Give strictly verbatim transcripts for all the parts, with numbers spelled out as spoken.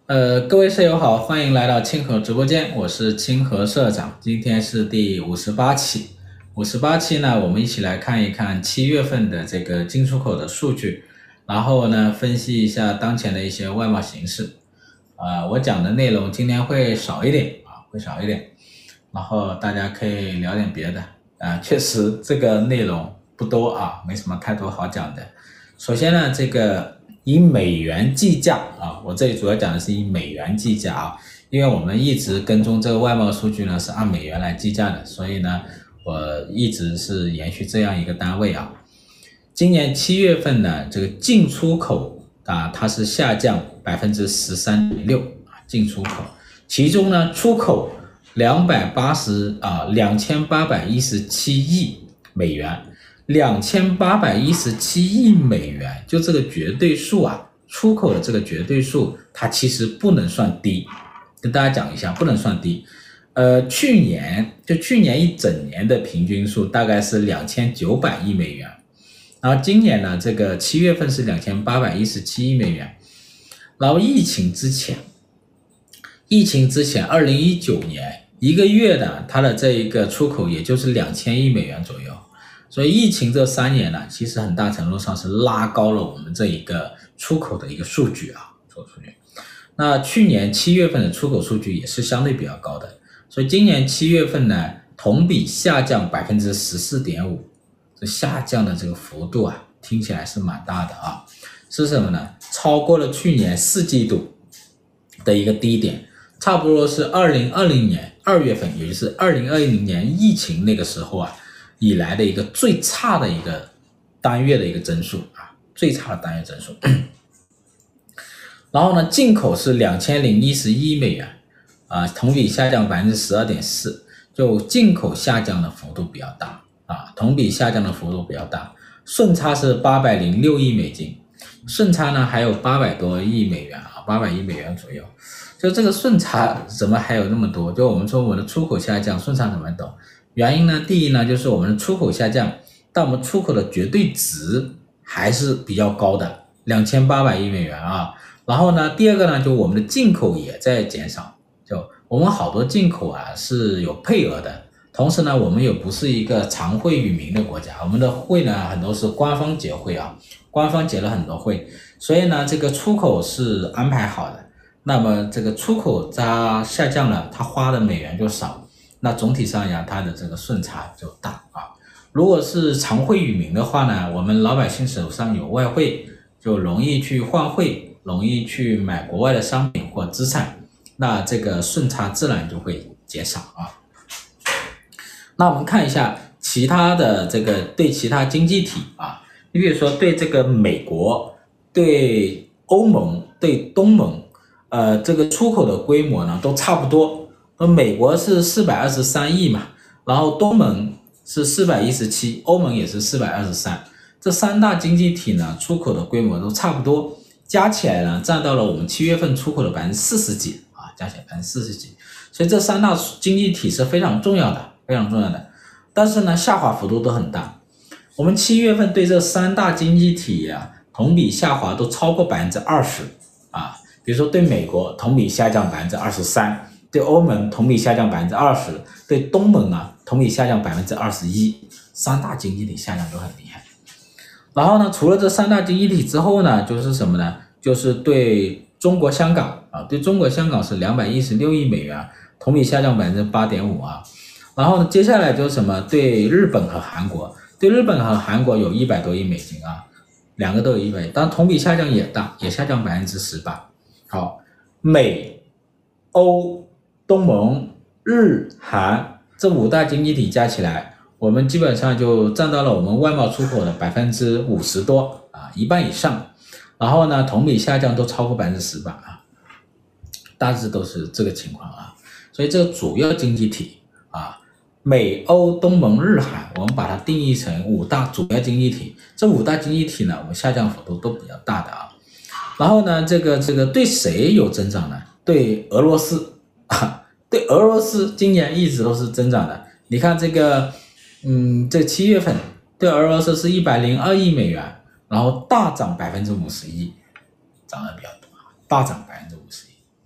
呃，各位舍友好，欢迎来到清河直播间，我是清河社长，今天是第五十八期。五十八期呢，我们一起来看一看七月份的这个进出口的数据，然后呢，分析一下当前的一些外贸形势。啊、呃，我讲的内容今天会少一点啊，会少一点，然后大家可以聊点别的啊、呃，确实这个内容不多啊，没什么太多好讲的。首先呢，这个。以美元计价啊，我这里主要讲的是以美元计价啊，因为我们一直跟踪这个外贸数据呢是按美元来计价的，所以呢我一直是延续这样一个单位啊。今年七月份呢，这个进出口啊它是下降百分之十三点六啊，进出口，其中呢出口两百八十啊两千八百一十七亿美元。两千八百一十七亿美元，就这个绝对数啊，出口的这个绝对数，它其实不能算低，跟大家讲一下，不能算低。呃，去年就去年一整年的平均数大概是两千九百亿美元，然后今年呢，这个七月份是两千八百一十七亿美元，然后疫情之前，疫情之前，二零一九年一个月呢，它的这一个出口也就是两千亿美元左右。所以疫情这三年呢，其实很大程度上是拉高了我们这一个出口的一个数据啊，出口数据。那去年七月份的出口数据也是相对比较高的，所以今年七月份呢，同比下降百分之十四点五，这下降的这个幅度啊，听起来是蛮大的啊。是什么呢？超过了去年四季度的一个低点，差不多是二零二零年二月份，也就是二零二零年疫情那个时候啊。以来的一个最差的一个单月的一个增速啊，最差的单月增速。然后呢，进口是两千零一十一亿美元啊，同比下降百分之十二点四，就进口下降的幅度比较大啊，同比下降的幅度比较大。顺差是八百零六亿美金，顺差呢还有八百多亿美元啊，八百亿美元左右。就这个顺差怎么还有那么多？就我们说我们的出口下降，顺差怎么懂？原因呢，第一呢，就是我们的出口下降，但我们出口的绝对值还是比较高的，两千八百亿美元啊。然后呢，第二个呢，就我们的进口也在减少，就我们好多进口啊是有配额的，同时呢，我们也不是一个常会与民的国家，我们的会呢很多是官方结会啊，官方结了很多会，所以呢，这个出口是安排好的，那么这个出口它下降了，它花的美元就少。那总体上呀，它的这个顺差就大啊。如果是常汇与民的话呢，我们老百姓手上有外汇，就容易去换汇，容易去买国外的商品或资产，那这个顺差自然就会减少啊。那我们看一下其他的这个对其他经济体啊，你比如说对这个美国、对欧盟、对东盟，呃，这个出口的规模呢都差不多。那美国是四百二十三亿嘛，然后东盟是四百一十七，欧盟也是四百二十三，这三大经济体呢出口的规模都差不多，加起来呢占到了我们七月份出口的百分之四十几啊，加起来百分之四十几，所以这三大经济体是非常重要的，非常重要的。但是呢，下滑幅度都很大。我们七月份对这三大经济体啊，同比下滑都超过百分之二十啊，比如说对美国同比下降百分之二十三。对欧盟同比下降百分之二十，对东盟呢同比下降百分之二十一，三大经济体下降都很厉害。然后呢，除了这三大经济体之后呢，就是什么呢？就是对中国香港啊，对中国香港是两百一十六亿美元，同比下降百分之八点五啊。然后呢，接下来就是什么？对日本和韩国，对日本和韩国有一百多亿美金啊，两个都有一百，但同比下降也大，也下降百分之十八。好，美、欧。东盟、日、韩这五大经济体加起来，我们基本上就占到了我们外贸出口的百分之五十多啊，一半以上。然后呢，同比下降都超过百分之十八啊，大致都是这个情况啊。所以这个主要经济体啊，美、欧、东盟、日、韩，我们把它定义成五大主要经济体。这五大经济体呢，我们下降幅度都比较大的啊。然后呢，这个这个对谁有增长呢？对俄罗斯。啊，对俄罗斯今年一直都是增长的。你看这个，嗯，这七月份对俄罗斯是一百零二亿美元，然后大涨百分之五十一，涨得比较多，大涨百分之五十一。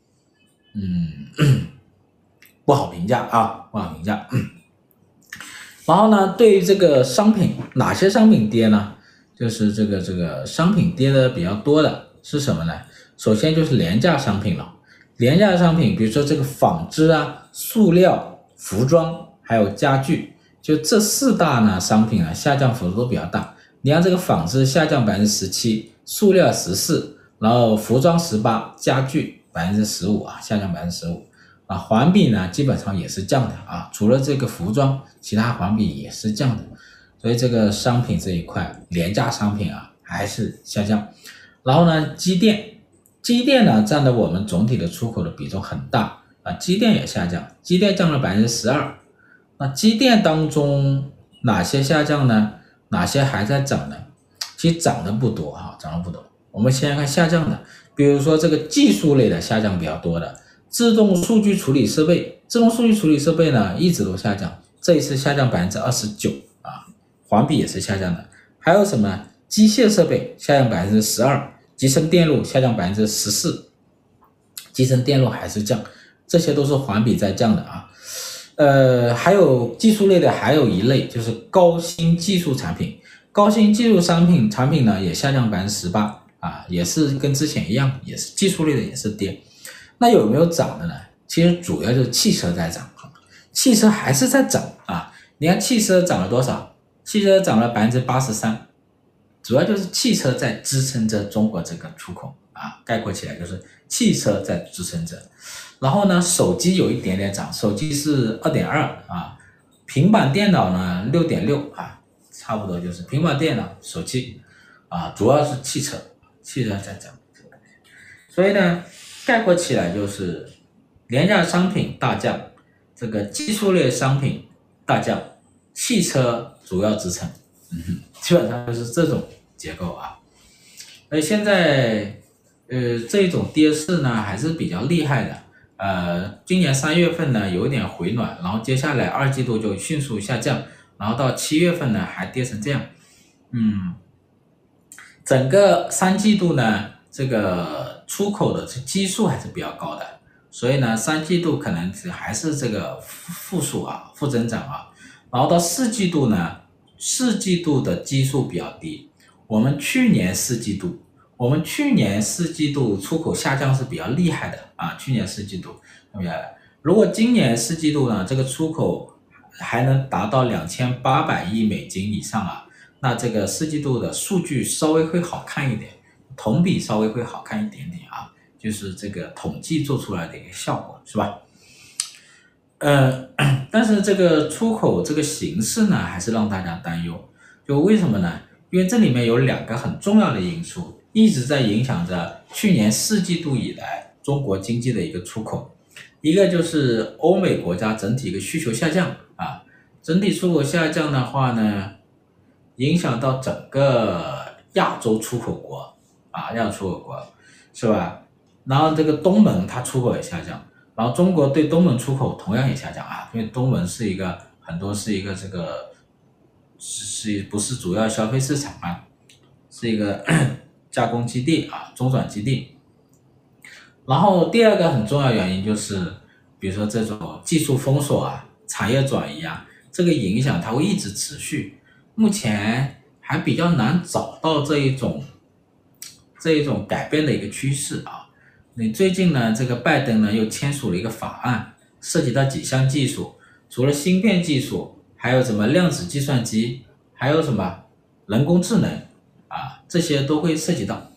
嗯不好评价啊，不好评价。然后呢，对于这个商品，哪些商品跌呢？就是这个这个商品跌的比较多的是什么呢？首先就是廉价商品了。廉价商品，比如说这个纺织啊、塑料、服装，还有家具，就这四大呢商品啊，下降幅度都比较大。你看这个纺织下降百分之十七，塑料十四，然后服装十八，家具百分之十五啊，下降百分之十五。啊，环比呢基本上也是降的啊，除了这个服装，其他环比也是降的，所以这个商品这一块廉价商品啊还是下降。然后呢，机电，机电呢占的我们总体的出口的比重很大啊，机电也下降，机电降了百分之十二。那机电当中哪些下降呢？哪些还在涨呢？其实涨的不多哈、啊，涨的不多。我们先看下降的，比如说这个技术类的下降比较多的。自动数据处理设备，自动数据处理设备呢一直都下降，这一次下降百分之二十九啊，环比也是下降的。还有什么？机械设备下降百分之十二，集成电路下降百分之十四，集成电路还是降，这些都是环比在降的啊。呃，还有技术类的，还有一类就是高新技术产品，高新技术商品产品呢也下降百分之十八啊，也是跟之前一样，也是技术类的也是跌。那有没有涨的呢？其实主要就是汽车在涨，汽车还是在涨啊！你看汽车涨了多少？汽车涨了百分之八十三，主要就是汽车在支撑着中国这个出口啊。概括起来就是汽车在支撑着。然后呢，手机有一点点涨，手机是 二点二 啊，平板电脑呢 六点六 啊，差不多就是平板电脑、手机啊，主要是汽车，汽车在涨。所以呢，概括起来就是廉价商品大降，这个技术类商品大降，汽车主要支撑，嗯，基本上就是这种结构啊。而现在呃这种跌势呢还是比较厉害的，呃今年三月份呢有一点回暖，然后接下来二季度就迅速下降，然后到七月份呢还跌成这样，嗯，整个三季度呢这个出口的基数还是比较高的，所以呢，三季度可能还是这个负数啊，负增长啊。然后到四季度呢，四季度的基数比较低。我们去年四季度，我们去年四季度出口下降是比较厉害的啊，去年四季度，对不对？如果今年四季度呢，这个出口还能达到两千八百亿美金以上啊，那这个四季度的数据稍微会好看一点。同比稍微会好看一点点啊，就是这个统计做出来的一个效果，是吧？呃，但是这个出口这个形势呢，还是让大家担忧。就为什么呢？因为这里面有两个很重要的因素，一直在影响着去年四季度以来中国经济的一个出口。一个就是欧美国家整体一个需求下降啊，整体出口下降的话呢，影响到整个亚洲出口国。啊，亚洲出口国是吧？然后这个东盟它出口也下降，然后中国对东盟出口同样也下降啊，因为东盟是一个很多是一个这个是是不是主要消费市场啊，是一个加工基地啊，中转基地。然后第二个很重要原因就是，比如说这种技术封锁啊、产业转移啊，这个影响它会一直持续，目前还比较难找到这一种。这一种改变的一个趋势啊，你最近呢，这个拜登呢又签署了一个法案，涉及到几项技术，除了芯片技术，还有什么量子计算机，还有什么人工智能啊，这些都会涉及到。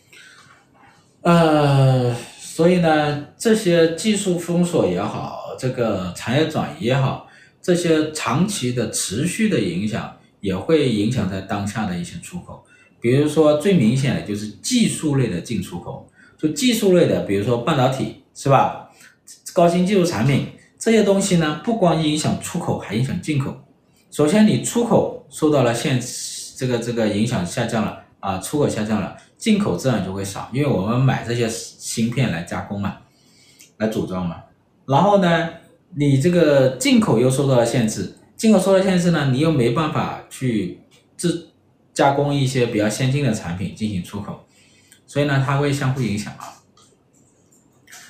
呃，所以呢，这些技术封锁也好，这个产业转移也好，这些长期的持续的影响，也会影响在当下的一些出口。比如说最明显的就是技术类的进出口，就技术类的，比如说半导体，是吧？高新技术产品这些东西呢，不光影响出口，还影响进口。首先你出口受到了限，这个这个影响下降了啊，出口下降了，进口自然就会少，因为我们买这些芯片来加工嘛，来组装嘛。然后呢，你这个进口又受到了限制，进口受到限制呢，你又没办法去制。加工一些比较先进的产品进行出口，所以呢，它会相互影响啊。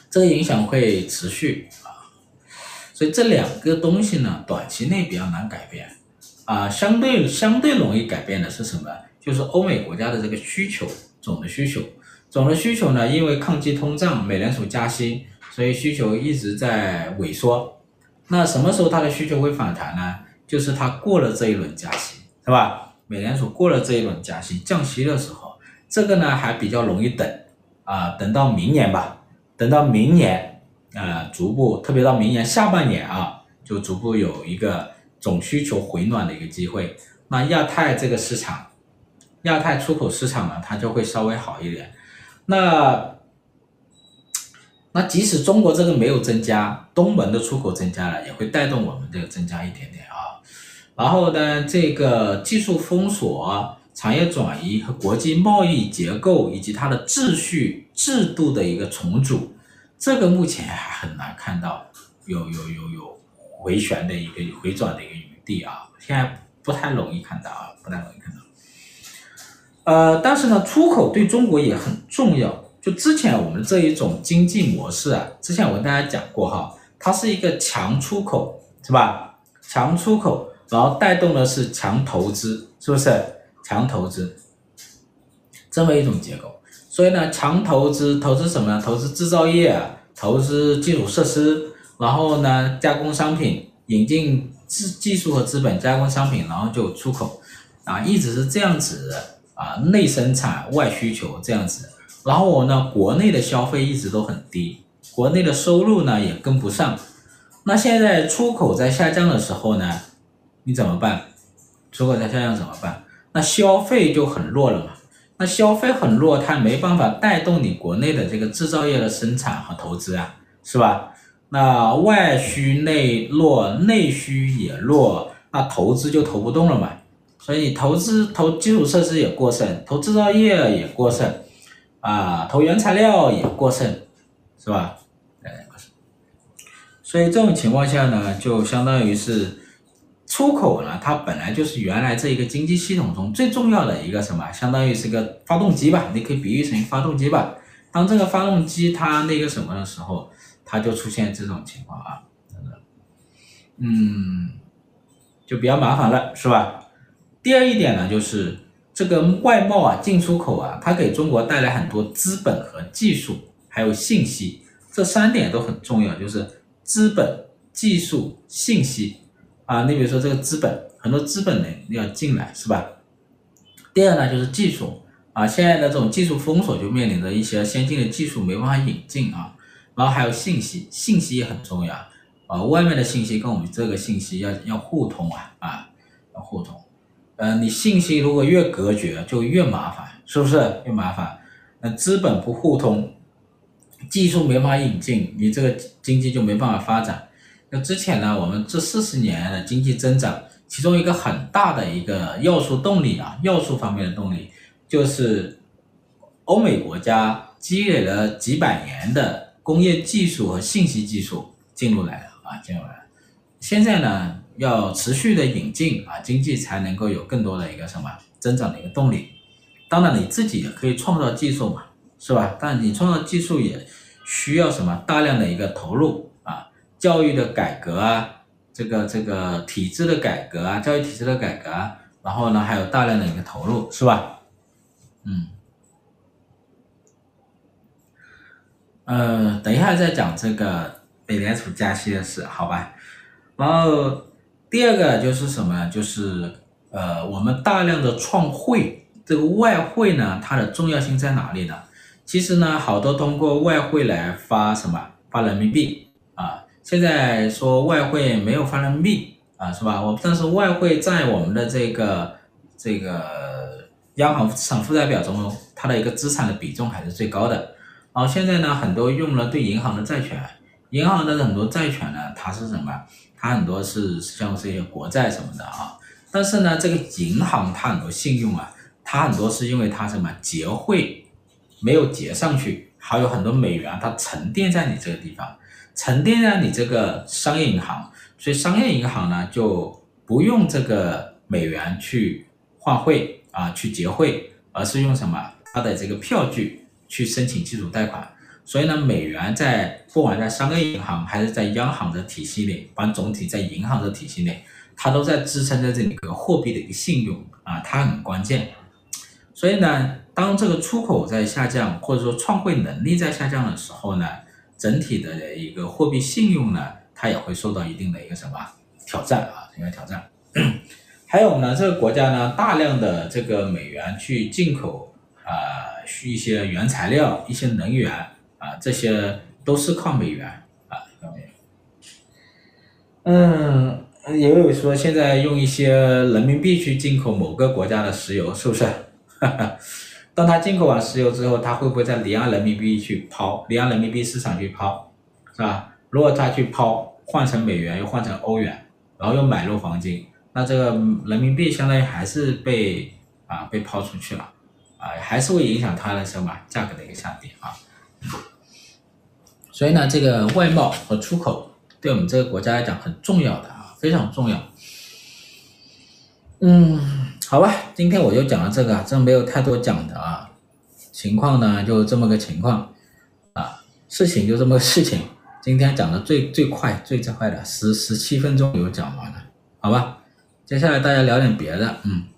这个影响会持续啊。所以这两个东西呢，短期内比较难改变啊，相对相对容易改变的是什么？就是欧美国家的这个需求，总的需求，总的需求呢，因为抗击通胀，美联储加息，所以需求一直在萎缩。那什么时候它的需求会反弹呢？就是它过了这一轮加息，是吧？美联储过了这一轮加息降息的时候，这个呢还比较容易等啊，等到明年吧，等到明年啊，逐步，特别到明年下半年啊，就逐步有一个总需求回暖的一个机会。那亚太这个市场，亚太出口市场呢，它就会稍微好一点。那那即使中国这个没有增加，东盟的出口增加了，也会带动我们这个增加一点点啊。然后呢，这个技术封锁、产业转移和国际贸易结构以及它的秩序制度的一个重组，这个目前还很难看到有有有有回旋的一个回转的一个余地啊，现在不太容易看到啊，不太容易看到。呃，但是呢，出口对中国也很重要。就之前我们这一种经济模式啊，之前我跟大家讲过哈，它是一个强出口，是吧？强出口，然后带动的是强投资，是不是？强投资，这么一种结构。所以呢，强投资，投资什么呢？投资制造业，投资基础设施，然后呢，加工商品，引进技术和资本加工商品，然后就出口，啊，一直是这样子啊，内生产外需求这样子。然后呢，国内的消费一直都很低，国内的收入呢也跟不上。那现在出口在下降的时候呢，你怎么办？出口在下降怎么办？那消费就很弱了嘛。那消费很弱，它没办法带动你国内的这个制造业的生产和投资啊，是吧？那外需内弱，内需也弱，那投资就投不动了嘛。所以投资投基础设施也过剩，投制造业也过剩。啊，投原材料也过剩，是吧？所以这种情况下呢，就相当于是出口呢，它本来就是原来这一个经济系统中最重要的一个什么，相当于是个发动机吧，你可以比喻成发动机吧。当这个发动机它那个什么的时候，它就出现这种情况啊，嗯，就比较麻烦了，是吧？第二一点呢，就是这个外贸啊，进出口啊，它给中国带来很多资本和技术，还有信息，这三点都很重要，就是资本、技术、信息啊。你比如说这个资本，很多资本呢要进来，是吧？第二呢，就是技术啊，现在的这种技术封锁就面临着一些先进的技术没办法引进啊。然后还有信息，信息也很重要啊，外面的信息跟我们这个信息要要互通啊啊，要互通。呃，你信息如果越隔绝，就越麻烦，是不是？越麻烦。那资本不互通，技术没法引进，你这个经济就没办法发展。那之前呢，我们这四十年的经济增长，其中一个很大的一个要素动力啊，要素方面的动力，就是欧美国家积累了几百年的工业技术和信息技术进入来了啊，进入来了。现在呢，要持续的引进啊，经济才能够有更多的一个什么增长的一个动力。当然你自己也可以创造技术嘛，是吧？但你创造技术也需要什么大量的一个投入啊，教育的改革啊，这个这个体制的改革啊，教育体制的改革啊，然后呢还有大量的一个投入，是吧？嗯，呃，等一下再讲这个美联储加息的事，好吧？然后第二个就是什么呢？就是呃，我们大量的创汇，这个外汇呢，它的重要性在哪里呢？其实呢，好多通过外汇来发什么？发人民币啊。现在说外汇没有发人民币啊，是吧？我但是外汇在我们的这个这个央行资产负债表中，它的一个资产的比重还是最高的。然后现在呢，很多用了对银行的债权，银行的很多债权呢，它是什么？它很多是像这些国债什么的啊，但是呢，这个银行它很多信用啊，它很多是因为它什么结汇没有结上去，还有很多美元它沉淀在你这个地方，沉淀在你这个商业银行，所以商业银行呢就不用这个美元去换汇啊，去结汇，而是用什么它的这个票据去申请基础贷款。 所以呢，美元在不管在商业银行还是在央行的体系内，把总体在银行的体系内，它都在支撑着这个货币的一个信用啊，它很关键。所以呢，当这个出口在下降，或者说创汇能力在下降的时候呢，整体的一个货币信用呢，它也会受到一定的一个什么挑战啊，一个挑战。还有呢，这个国家呢，大量的这个美元去进口啊、呃，一些原材料、一些能源啊、这些都是靠美元啊，靠美元。嗯，也有说现在用一些人民币去进口某个国家的石油，是不是？当他进口完石油之后，他会不会在离岸人民币去抛，离岸人民币市场去抛，是吧？如果他去抛，换成美元又换成欧元，然后又买入黄金，那这个人民币相当于还是被啊被抛出去了啊，还是会影响它的什么价格的一个下跌啊。所以呢，这个外贸和出口对我们这个国家来讲很重要的啊，非常重要。嗯。好吧，今天我就讲了这个，真没有太多讲的啊。情况呢就这么个情况啊，事情就这么个事情。今天讲的最最快最快的十十七分钟有讲完了，好吧。接下来大家聊点别的，嗯。